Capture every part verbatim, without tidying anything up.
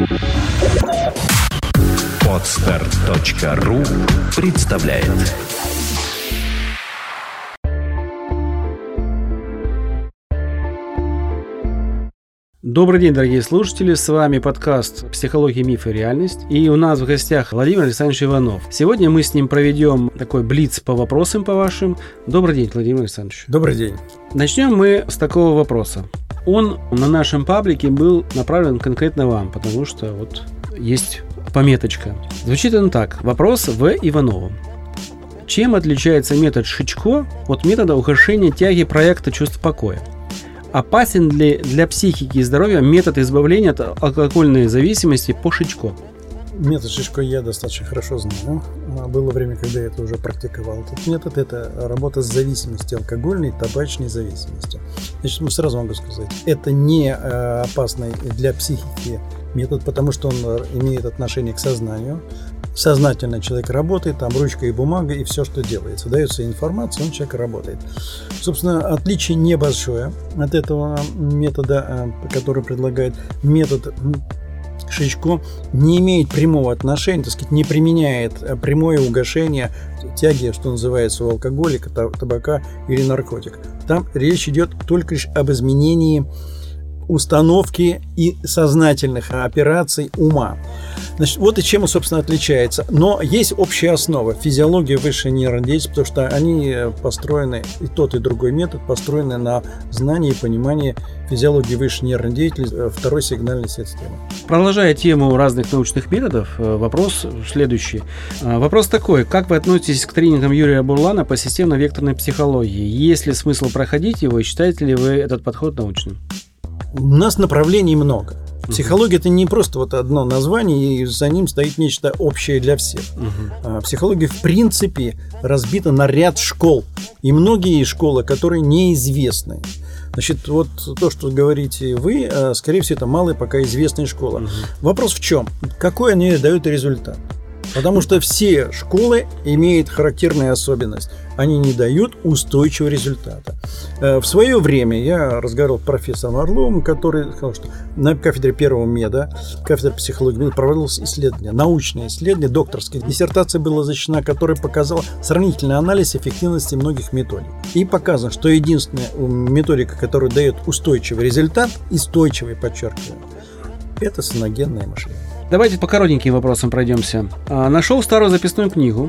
Подстер точка ру представляет. Добрый день, дорогие слушатели, с вами подкаст «Психология, миф и реальность», и у нас в гостях Владимир Александрович Иванов. Сегодня мы с ним проведем такой блиц по вопросам по вашим. Добрый день, Владимир Александрович. Добрый день. Начнем мы с такого вопроса. Он на нашем паблике был направлен конкретно вам, потому что вот есть пометочка. Звучит он так. Вопрос В. Иванову. Чем отличается метод Шичко от метода ухудшения тяги проекта чувств покоя? Опасен ли для психики и здоровья метод избавления от алкогольной зависимости по Шичко? Метод Шичко я достаточно хорошо знаю. Было время, когда я это уже практиковал. Этот метод – это работа с зависимостью, алкогольной, табачной зависимостью. Значит, мы сразу могу сказать, это не опасный для психики метод, потому что он имеет отношение к сознанию. Сознательно человек работает, там ручка и бумага, и все, что делается. Дается информация, он человек работает. Собственно, отличие небольшое от этого метода, который предлагает метод Шичко, не имеет прямого отношения, так сказать, не применяет прямое угошение тяги, что называется, у алкоголика, табака или наркотик. Там речь идет только лишь об изменении установки и сознательных операций ума. Значит, вот и чем он, собственно, отличается. Но есть общая основа. Физиология высшей нервной деятельности, потому что они построены, и тот, и другой метод построены на знании и понимании физиологии высшей нервной деятельности второй сигнальной системы. Продолжая тему разных научных методов, вопрос следующий. Вопрос такой. Как вы относитесь к тренингам Юрия Бурлана по системно-векторной психологии? Есть ли смысл проходить его, и считаете ли вы этот подход научным? У нас направлений много. Психология – это не просто вот одно название, и за ним стоит нечто общее для всех. Uh-huh. Психология, в принципе, разбита на ряд школ. И многие школы, которые неизвестны. Значит, вот то, что говорите вы, скорее всего, это малая пока известная школа. Uh-huh. Вопрос в чем? Какой они дают результат? Потому что все школы имеют характерную особенность. Они не дают устойчивого результата. В свое время я разговаривал с профессором Орловым, который сказал, что на кафедре первого меда, кафедре психологии, проводилось исследование, научное исследование, докторская диссертация была защищена, которая показала сравнительный анализ эффективности многих методик. И показано, что единственная методика, которая дает устойчивый результат, устойчивый, подчеркиваю, это саногенное мышление. Давайте по коротеньким вопросам пройдемся. А, нашел старую записную книгу.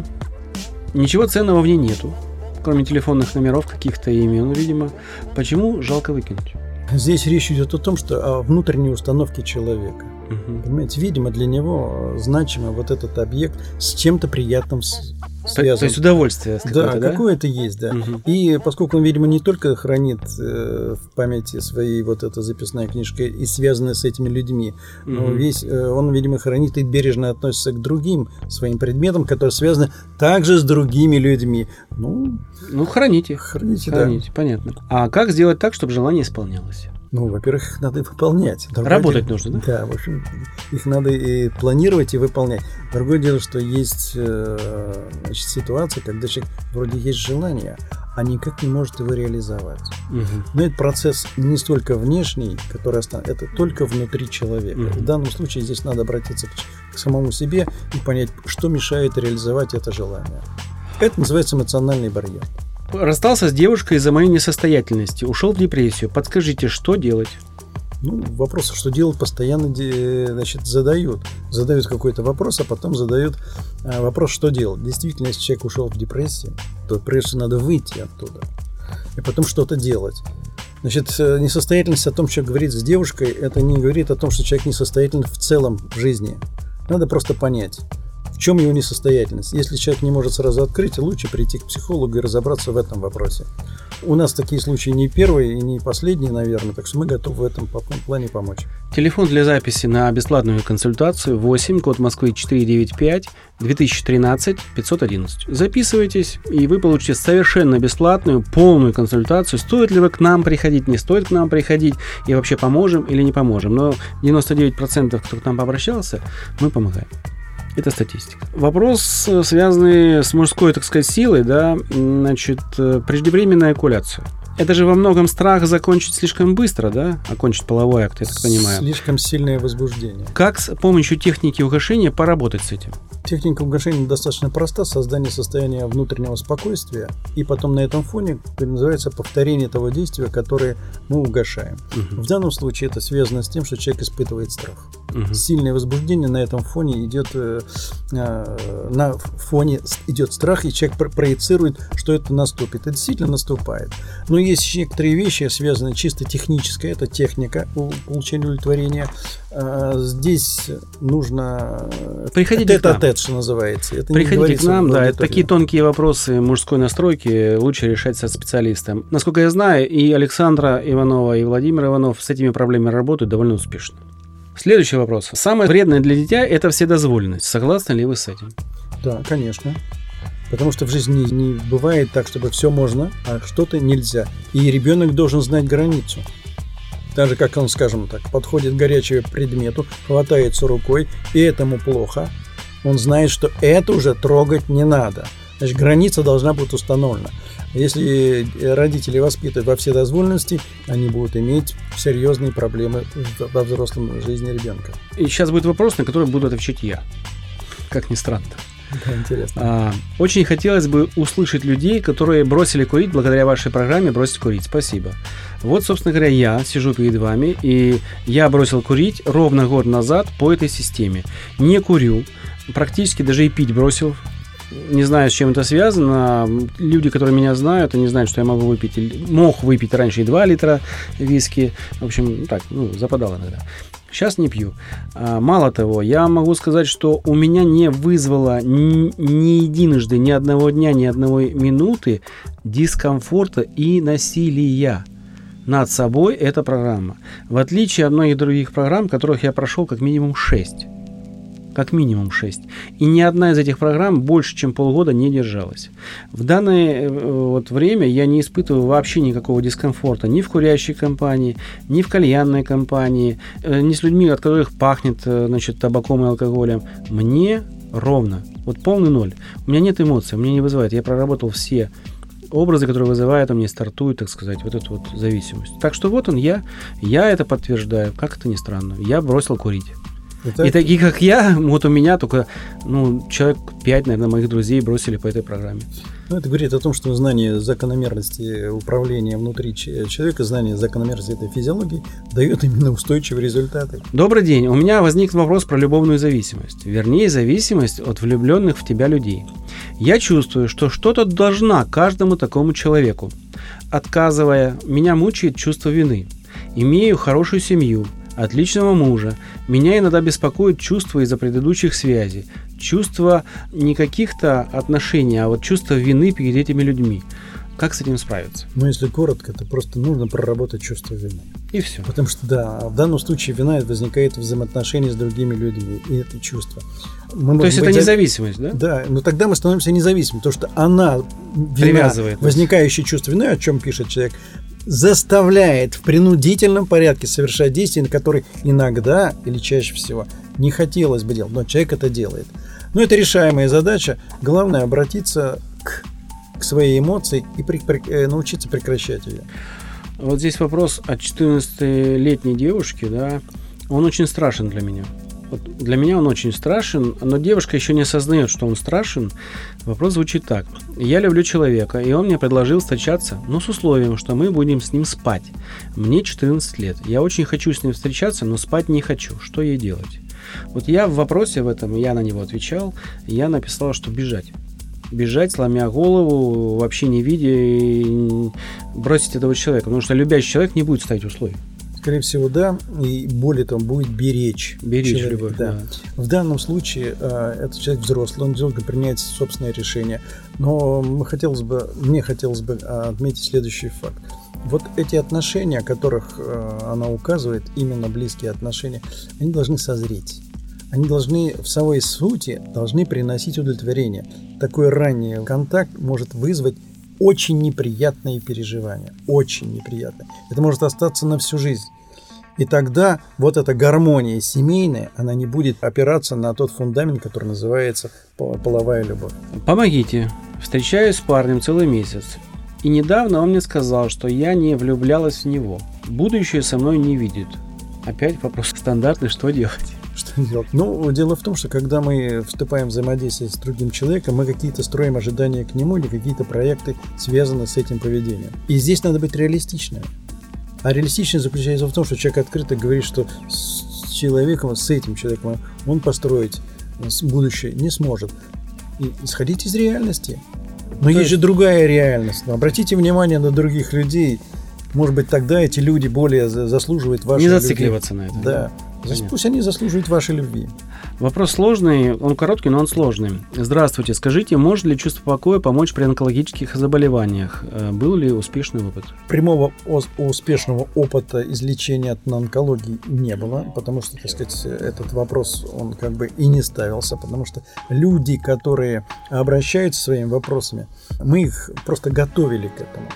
Ничего ценного в ней нету, кроме телефонных номеров, каких-то имен, видимо. Почему жалко выкинуть? Здесь речь идет о том, что о внутренней установке человека. Угу. Понимаете, видимо, для него значимо вот этот объект с чем-то приятным связан. То, то есть удовольствие какое-то, да? Да, какое-то есть, да. Угу. И поскольку он, видимо, не только хранит э, в памяти своей вот эта записная книжка и связанная с этими людьми, угу. но весь э, он, видимо, хранит и бережно относится к другим своим предметам, которые связаны также с другими людьми. Ну, ну храните. Храните, храните, да. Понятно. А как сделать так, чтобы желание исполнялось? Ну, во-первых, их надо выполнять. Другое Работать дело, нужно, да? Да, в общем, их надо и планировать, и выполнять. Другое дело, что есть э, значит, ситуация, когда человек вроде есть желание, а никак не может его реализовать. Угу. Но этот процесс не столько внешний, который останется, это только внутри человека. Угу. В данном случае здесь надо обратиться к, к самому себе и понять, что мешает реализовать это желание. Это называется эмоциональный барьер. Расстался с девушкой из-за моей несостоятельности, ушел в депрессию. Подскажите, что делать? Ну, вопросы, что делать, постоянно, значит, задают. Задают какой-то вопрос, а потом задают вопрос, что делать. Действительно, если человек ушел в депрессию, то прежде всего надо выйти оттуда и потом что-то делать. Значит, несостоятельность о том, что говорит с девушкой, это не говорит о том, что человек несостоятельный в целом в жизни. Надо просто понять, в чем его несостоятельность. Если человек не может сразу открыть, лучше прийти к психологу и разобраться в этом вопросе. У нас такие случаи не первые и не последние, наверное, так что мы готовы в этом плане помочь. Телефон для записи на бесплатную консультацию восемь, код Москвы четыреста девяносто пять, две тысячи тринадцать, пятьсот одиннадцать. Записывайтесь, и вы получите совершенно бесплатную, полную консультацию. Стоит ли вы к нам приходить, не стоит к нам приходить, и вообще поможем или не поможем. Но девяносто девять процентов, кто к нам обращался, мы помогаем. Это статистика. Вопрос, связанный с мужской, так сказать, силой, да, значит, преждевременная эякуляция. это же во многом страх закончить слишком быстро, да? Окончить половой акт, я так понимаю. Слишком сильное возбуждение. Как с помощью техники угошения поработать с этим? Техника угошения достаточно проста. Создание состояния внутреннего спокойствия. И потом на этом фоне называется повторение того действия, которое мы угошаем. Угу. В данном случае это связано с тем, что человек испытывает страх. Угу. Сильное возбуждение на этом фоне идет, э, э, на фоне идет страх, и человек про- проецирует, что это наступит. Это действительно наступает. Но есть некоторые вещи, связанные чисто технически. Это техника получения удовлетворения. А здесь нужно приходите к нам, что называется. Это приходите к нам, да. Это такие тонкие вопросы мужской настройки лучше решать со специалистом. Насколько я знаю, и Александра Иванова, и Владимир Иванов с этими проблемами работают довольно успешно. Следующий вопрос. Самое вредное для дитя – это вседозволенность. Согласны ли вы с этим? Да, конечно. Потому что в жизни не бывает так, чтобы все можно, а что-то нельзя. И ребенок должен знать границу. Даже как он, скажем так, подходит к горячему предмету, хватается рукой, и этому плохо. Он знает, что это уже трогать не надо. Значит, граница должна быть установлена. Если родители воспитывают во вседозволенности, они будут иметь серьезные проблемы во взрослом жизни ребенка. И сейчас будет вопрос, на который буду отвечать я. Как ни странно. Да, интересно. А, очень хотелось бы услышать людей, которые бросили курить благодаря вашей программе «Бросить курить». Спасибо. Вот, собственно говоря, я сижу перед вами, и я бросил курить ровно год назад по этой системе. Не курю, практически даже и пить бросил. Не знаю, с чем это связано. Люди, которые меня знают, они знают, что я могу выпить, мог выпить раньше и два литра виски. В общем, так, ну, западал иногда. Сейчас не пью. Мало того, я могу сказать, что у меня не вызвало ни, ни единожды, ни одного дня, ни одной минуты дискомфорта и насилия над собой эта программа. В отличие от многих других программ, которых я прошел как минимум шесть. Как минимум шесть. И ни одна из этих программ больше, чем полгода не держалась. В данное вот время я не испытываю вообще никакого дискомфорта ни в курящей компании, ни в кальянной компании, ни с людьми, от которых пахнет, значит, табаком и алкоголем. Мне ровно. Вот полный ноль. У меня нет эмоций, у меня не вызывает. Я проработал все образы, которые вызывают, у меня стартует, так сказать, вот эту вот зависимость. Так что вот он я. Я это подтверждаю. Как это ни странно. Я бросил курить. Это... И такие, как я, вот у меня только, ну, человек пять, наверное, моих друзей бросили по этой программе. Ну, это говорит о том, что знание закономерности управления внутри человека, знание закономерности этой физиологии дает именно устойчивые результаты. Добрый день. У меня возник вопрос про любовную зависимость. Вернее, зависимость от влюбленных в тебя людей. Я чувствую, что что-то должна каждому такому человеку. Отказывая, меня мучает чувство вины. Имею хорошую семью, отличного мужа. Меня иногда беспокоит чувство из-за предыдущих связей. Чувство не каких-то отношений, а вот чувство вины перед этими людьми. Как с этим справиться? Ну, если коротко, то просто нужно проработать чувство вины. И все. Потому что, да, в данном случае вина возникает в взаимоотношении с другими людьми. И это чувство. Мы То есть это независимость, да? Да, но тогда мы становимся независимыми. Потому что она, вина, возникающее чувство вины, о чем пишет человек, заставляет в принудительном порядке совершать действия, на которые иногда или чаще всего не хотелось бы делать, но человек это делает. Но это решаемая задача. Главное обратиться к, к своей эмоции и при, при, научиться прекращать ее. Вот здесь вопрос от четырнадцатилетней девушки, да, он очень страшен для меня. Вот для меня он очень страшен, но девушка еще не осознает, что он страшен. Вопрос звучит так. Я люблю человека, и он мне предложил встречаться, но с условием, что мы будем с ним спать. Мне четырнадцать лет. Я очень хочу с ним встречаться, но спать не хочу. Что ей делать? Вот я в вопросе в этом, я на него отвечал, я написал, что бежать. Бежать, сломя голову, вообще не видя, и бросить этого человека. Потому что любящий человек не будет ставить условий. Скорее всего, да. И более того, будет беречь. Беречь любовь, да. да. В данном случае э, этот человек взрослый, он должен принять собственное решение. Но мы хотелось бы, мне хотелось бы отметить следующий факт. Вот эти отношения, о которых э, она указывает, именно близкие отношения, они должны созреть. Они должны в своей сути должны приносить удовлетворение. Такой ранний контакт может вызвать очень неприятные переживания. Очень неприятные. Это может остаться на всю жизнь. И тогда вот эта гармония семейная, она не будет опираться на тот фундамент, который называется половая любовь. Помогите. Встречаюсь с парнем целый месяц. И недавно он мне сказал, что я не влюблялась в него. Будущее со мной не видит. Опять вопрос стандартный, что делать? Что делать? Ну, дело в том, что когда мы вступаем в взаимодействие с другим человеком, мы какие-то строим ожидания к нему или какие-то проекты, связанные с этим поведением. И здесь надо быть реалистичным. А реалистичность заключается в том, что человек открыто говорит, что с человеком, с этим человеком он построить будущее не сможет. И исходить из реальности. Но есть же другая реальность. Но обратите внимание на других людей. Может быть, тогда эти люди более заслуживают вашей любви. Не зацикливаться на это. Да. Понятно. Пусть они заслуживают вашей любви. Вопрос сложный, он короткий, но он сложный. Здравствуйте, скажите, может ли чувство покоя помочь при онкологических заболеваниях? Был ли успешный опыт? Прямого успешного опыта излечения от онкологии не было, потому что, так сказать, этот вопрос, он как бы и не ставился, потому что люди, которые обращаются своими вопросами, мы их просто готовили к этому.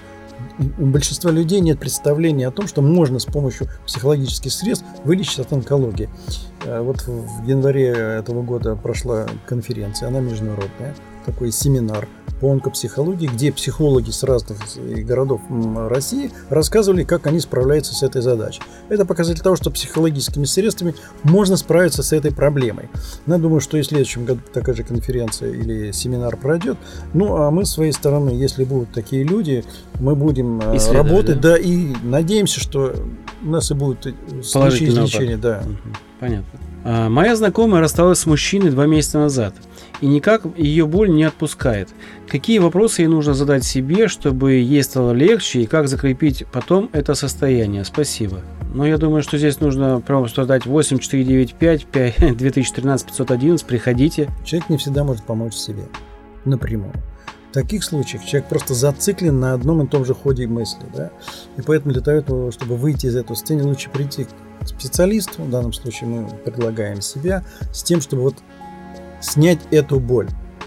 У большинства людей нет представления о том, что можно с помощью психологических средств вылечить от онкологии. Вот в январе этого года прошла конференция, она международная, такой семинар по онкопсихологии, где психологи с разных городов России рассказывали, как они справляются с этой задачей. Это показатель того, что психологическими средствами можно справиться с этой проблемой. Но я думаю, что и в следующем году такая же конференция или семинар пройдет. Ну, а мы с своей стороны, если будут такие люди, мы будем работать, да? Да, и надеемся, что у нас и будет случаи излечения. Да. Угу, понятно. А, моя знакомая рассталась с мужчиной два месяца назад, и никак ее боль не отпускает. Какие вопросы ей нужно задать себе, чтобы ей стало легче, и как закрепить потом это состояние? Спасибо. Но я думаю, что здесь нужно просто дать восемь четыре девять пять две тысячи тринадцать пятьсот одиннадцать. Приходите. Человек не всегда может помочь себе напрямую. В таких случаях человек просто зациклен на одном и том же ходе мысли. Да? И поэтому для того, чтобы выйти из этого состояния, лучше прийти к специалисту. В данном случае мы предлагаем себя с тем, чтобы вот снять эту боль.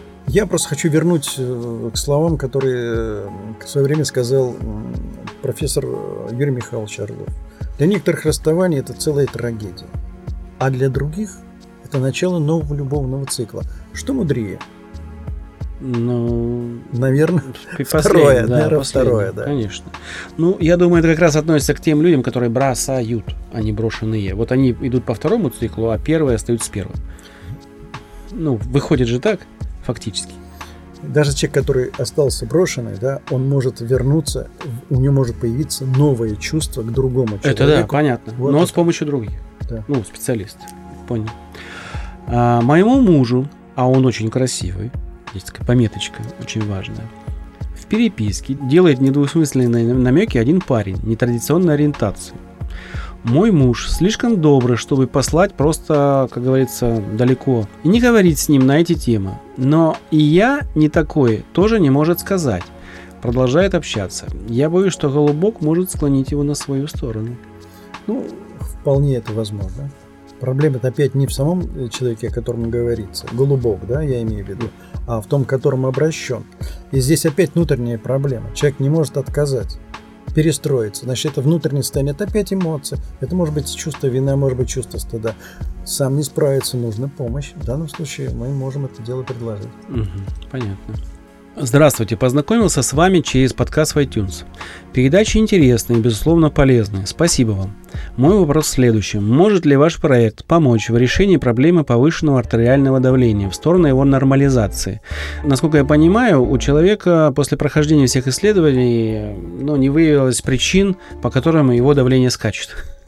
Я просто хочу вернуть к словам, которые в свое время сказал профессор Юрий Михайлович Орлов. Для некоторых расставание – это целая трагедия, а для других – это начало нового любовного цикла. Что мудрее? Ну, наверное, второе, да, наверное, второе, да. Конечно. Ну, я думаю, это как раз относится к тем людям, которые бросают, а не брошенные. Вот они идут по второму циклу, а первые остаются с первым. Ну, выходит же так, фактически. Даже человек, который остался брошенный, да, он может вернуться, у него может появиться новое чувство к другому человеку. Это да, понятно. Вот но это. С помощью других. Да. Ну, специалист. Понял. А, моему мужу, а он очень красивый, есть такая пометочка, очень важная. В переписке делает недвусмысленные намеки один парень нетрадиционной ориентации. Мой муж слишком добрый, чтобы послать просто, как говорится, далеко и не говорить с ним на эти темы. Но и я не такой, тоже не может сказать. Продолжает общаться. Я боюсь, что голубок может склонить его на свою сторону. Ну, вполне это возможно. Проблема-то опять не в самом человеке, о котором говорится, голубок, да, я имею в виду, а в том, к которому обращен. И здесь опять внутренняя проблема. Человек не может отказать, перестроиться. Значит, это внутреннее состояние, это опять эмоции. Это может быть чувство вины, может быть чувство стыда. Сам не справится, нужна помощь. В данном случае мы можем это дело предложить. Угу, понятно. Здравствуйте, познакомился с вами через подкаст в iTunes. Передачи интересные и, безусловно, полезные. Спасибо вам. Мой вопрос в следующем. Может ли ваш проект помочь в решении проблемы повышенного артериального давления в сторону его нормализации? Насколько я понимаю, у человека после прохождения всех исследований ну, не выявилось причин, по которым его давление скачет.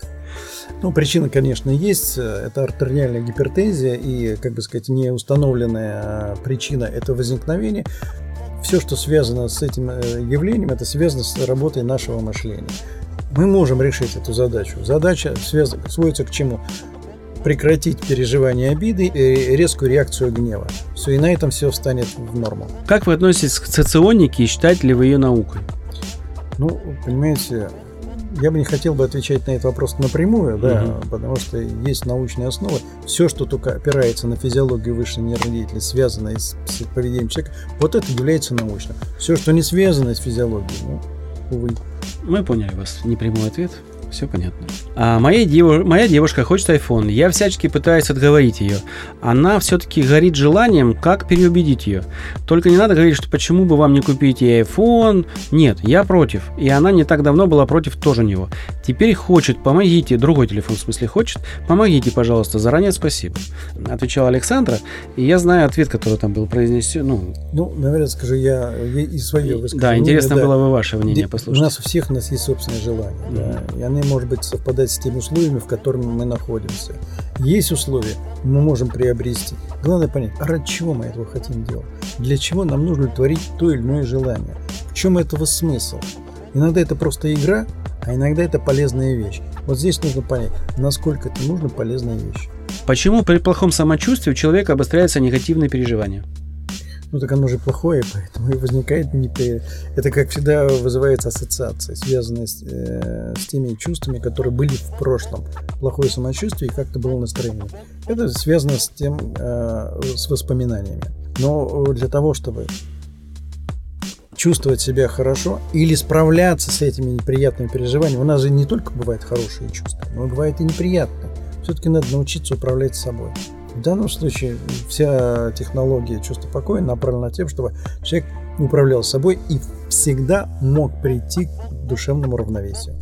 Ну, причина, конечно, есть. Это артериальная гипертензия и, как бы сказать, неустановленная причина этого возникновения. Все, что связано с этим явлением, это связано с работой нашего мышления. Мы можем решить эту задачу. Задача связана, сводится к чему? Прекратить переживание обиды и резкую реакцию гнева. Все, и на этом все встанет в норму. Как вы относитесь к соционике и считаете ли вы ее наукой? Ну, понимаете, я бы не хотел бы отвечать на этот вопрос напрямую, да, угу. Потому что есть научные основы. Все, что только опирается на физиологию высшей нервной деятельности, связанное с поведением человека, вот это является научным. Все, что не связано с физиологией, ну, увы. Мы поняли вас. Непрямой ответ. все понятно. А моя, дев... моя девушка хочет iPhone. Я всячески пытаюсь отговорить ее. Она все-таки горит желанием, как переубедить ее. Только не надо говорить, что почему бы вам не купить ей iPhone. Нет, я против. И она не так давно была против тоже него. Теперь хочет, помогите. Другой телефон в смысле хочет. Помогите, пожалуйста. Заранее спасибо. Отвечала Александра. И я знаю ответ, который там был произнесен. Ну, ну наверное, скажу я и свое выскажу. Да, интересно мнение, было да. бы ваше мнение послушать. У нас у всех у нас есть собственное желание. Mm-hmm. Да, и они, может быть, совпадать с теми условиями, в которых мы находимся. Есть условия, мы можем приобрести. Главное понять, а ради чего мы этого хотим делать? Для чего нам нужно творить то или иное желание? В чем этого смысл? Иногда это просто игра, а иногда это полезная вещь. Вот здесь нужно понять, насколько это нужно полезная вещь. Почему при плохом самочувствии у человека обостряются негативные переживания? Ну так оно же плохое, поэтому и возникает непри... Это, как всегда, вызывает ассоциации, связанные с, э, с теми чувствами, которые были в прошлом. Плохое самочувствие и как-то было настроение. Это связано с тем, э, с воспоминаниями. Но для того, чтобы чувствовать себя хорошо или справляться с этими неприятными переживаниями, у нас же не только бывают хорошие чувства, но бывает и неприятные. Все-таки надо научиться управлять собой. В данном случае вся технология чувства покоя направлена на тем, чтобы человек управлял собой и всегда мог прийти к душевному равновесию.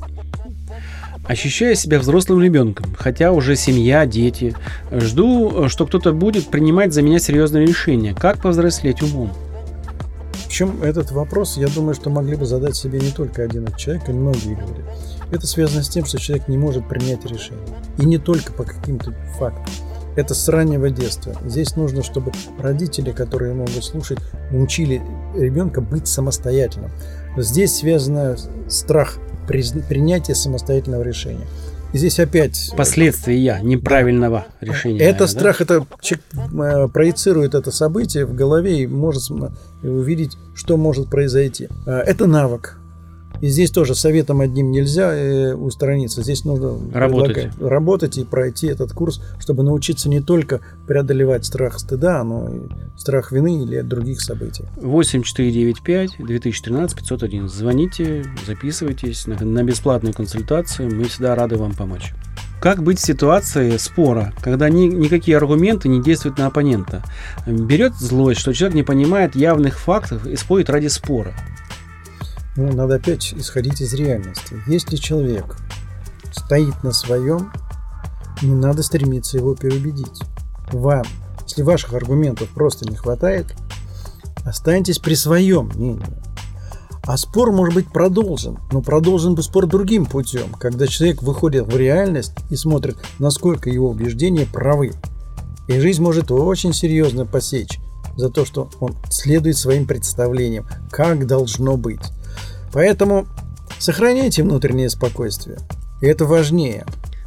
Ощущаю себя взрослым ребенком, хотя уже семья, дети. Жду, что кто-то будет принимать за меня серьезные решения. Как повзрослеть умом? Причем этот вопрос, я думаю, что могли бы задать себе не только один человек, и многие люди. Это связано с тем, что человек не может принять решение. И не только по каким-то фактам. Это с раннего детства. Здесь нужно, чтобы родители, которые могут слушать, научили ребенка быть самостоятельным. Здесь связано страх принятия самостоятельного решения. И здесь опять... Последствия неправильного решения. Это наверное, страх, да? это человек проецирует это событие в голове и может увидеть, что может произойти. Это навык. И здесь тоже советом одним нельзя устраниться. Здесь нужно работать. работать и пройти этот курс, чтобы научиться не только преодолевать страх стыда, но и страх вины или других событий. восемь четыре девять пять две тысячи тринадцать пятьсот один. Звоните, записывайтесь на, на бесплатную консультацию. Мы всегда рады вам помочь. Как быть в ситуации спора, когда ни, никакие аргументы не действуют на оппонента? Берет злость, что человек не понимает явных фактов и спорит ради спора. Ну, надо опять исходить из реальности. Если человек стоит на своем, не надо стремиться его переубедить. Вам, если ваших аргументов просто не хватает, останьтесь при своем мнении. А спор может быть продолжен, но продолжен бы спор другим путем, когда человек выходит в реальность и смотрит, насколько его убеждения правы. И жизнь может очень серьезно посечь за то, что он следует своим представлениям, как должно быть. Поэтому сохраняйте внутреннее спокойствие. И это важнее.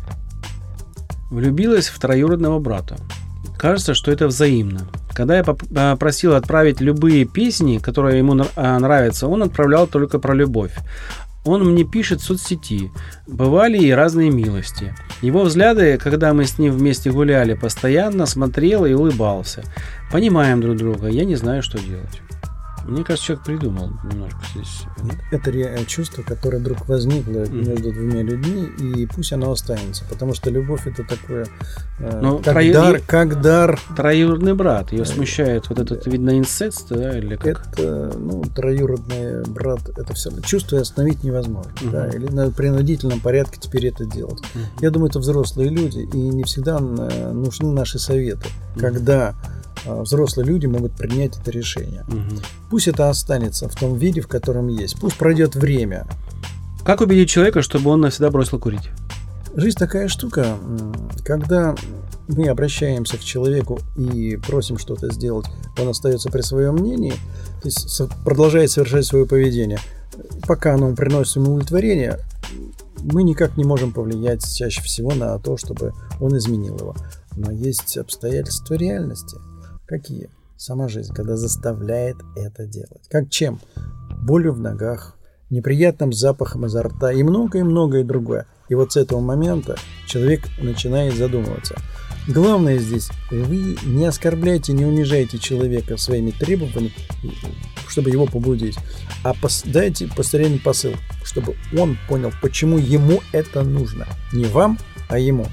Влюбилась в троюродного брата. Кажется, что это взаимно. Когда я попросил отправить любые песни, которые ему нравятся, он отправлял только про любовь. Он мне пишет в соцсети. Бывали и разные милости. Его взгляды, когда мы с ним вместе гуляли, постоянно смотрел и улыбался. Понимаем друг друга. Я не знаю, что делать. Мне кажется, человек придумал немножко здесь. Это чувство, которое вдруг возникло mm-hmm. между двумя людьми, и пусть оно останется, потому что любовь это такое, Но как, трою... дар, как дар. Троюродный брат, ее смущает вот этот, видно, инцест, да, или как? Это, ну, троюродный брат, это все чувство остановить невозможно, mm-hmm. да, или на принудительном порядке теперь это делать. Mm-hmm. Я думаю, это взрослые люди, и не всегда нужны наши советы, mm-hmm. когда взрослые люди могут принять это решение. Угу. Пусть это останется в том виде, в котором есть. Пусть пройдет время. Как убедить человека, чтобы он навсегда бросил курить? Жизнь такая штука, когда мы обращаемся к человеку и просим что-то сделать, он остается при своем мнении, то есть продолжает совершать свое поведение. Пока оно приносит ему удовлетворение, мы никак не можем повлиять чаще всего на то, чтобы он изменил его. Но есть обстоятельства реальности. Какие? Сама жизнь, когда заставляет это делать. Как чем? Болью в ногах, неприятным запахом изо рта и многое-многое другое. И вот с этого момента человек начинает задумываться. Главное здесь, вы не оскорбляйте, не унижайте человека своими требованиями, чтобы его побудить, а пос, дайте постоянный посыл, чтобы он понял, почему ему это нужно. Не вам, а ему.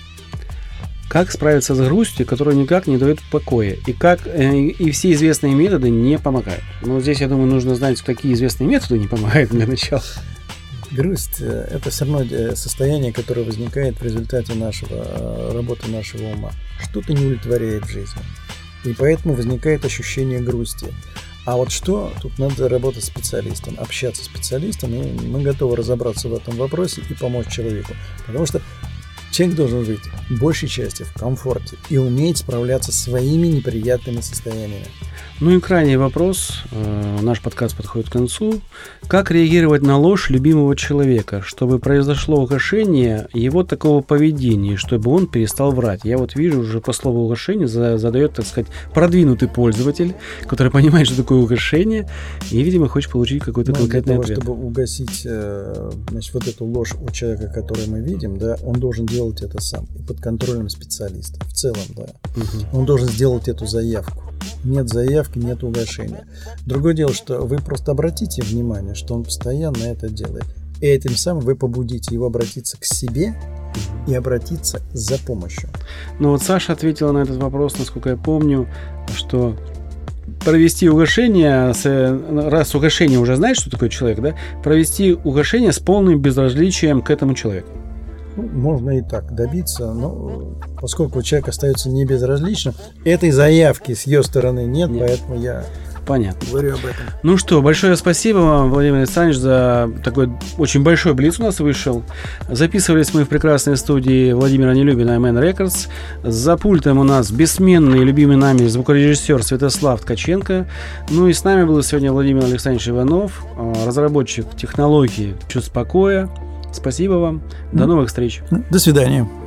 Как справиться с грустью, которая никак не дает покоя, и как э, и все известные методы не помогают. Но здесь, я думаю, нужно знать, какие известные методы не помогают для начала. Грусть – это все равно состояние, которое возникает в результате нашего, работы нашего ума. Что-то не удовлетворяет в жизни. И поэтому возникает ощущение грусти. А вот что? Тут надо работать с специалистом, общаться с специалистом, и мы готовы разобраться в этом вопросе и помочь человеку. Потому что человек должен жить в большей части в комфорте и уметь справляться со своими неприятными состояниями. Ну и крайний вопрос. Наш подкаст подходит к концу. Как реагировать на ложь любимого человека, чтобы произошло угошение его такого поведения, чтобы он перестал врать? Я вот вижу уже по слову угошение задает, так сказать, продвинутый пользователь, который понимает, что такое угошение, и, видимо, хочет получить какой-то ну, конкретный ответ. Для того, ответ. Чтобы угасить, значит, вот эту ложь у человека, который мы видим, да, он должен делать это сам и под контролем специалиста. В целом, да. Угу. Он должен сделать эту заявку. Нет заявки, нет угошения. Другое дело, что вы просто обратите внимание, что он постоянно это делает. И этим самым вы побудите его обратиться к себе и обратиться за помощью. Ну вот Саша ответила на этот вопрос, насколько я помню, что провести угошение, с, раз угошение уже знает, что такое человек, да, провести угошение с полным безразличием к этому человеку. Ну, можно и так добиться, но поскольку человек остается не безразличным, этой заявки с ее стороны нет, нет. Поэтому я Понятно. говорю об этом. Ну что, большое спасибо вам, Владимир Александрович, за такой очень большой блиц у нас вышел. Записывались мы в прекрасной студии Владимира Нелюбина эм эн Records. За пультом у нас бессменный и любимый нами звукорежиссер Святослав Ткаченко. Ну и с нами был сегодня Владимир Александрович Иванов, разработчик технологии «Чувство покоя». Спасибо вам. До новых встреч. До свидания.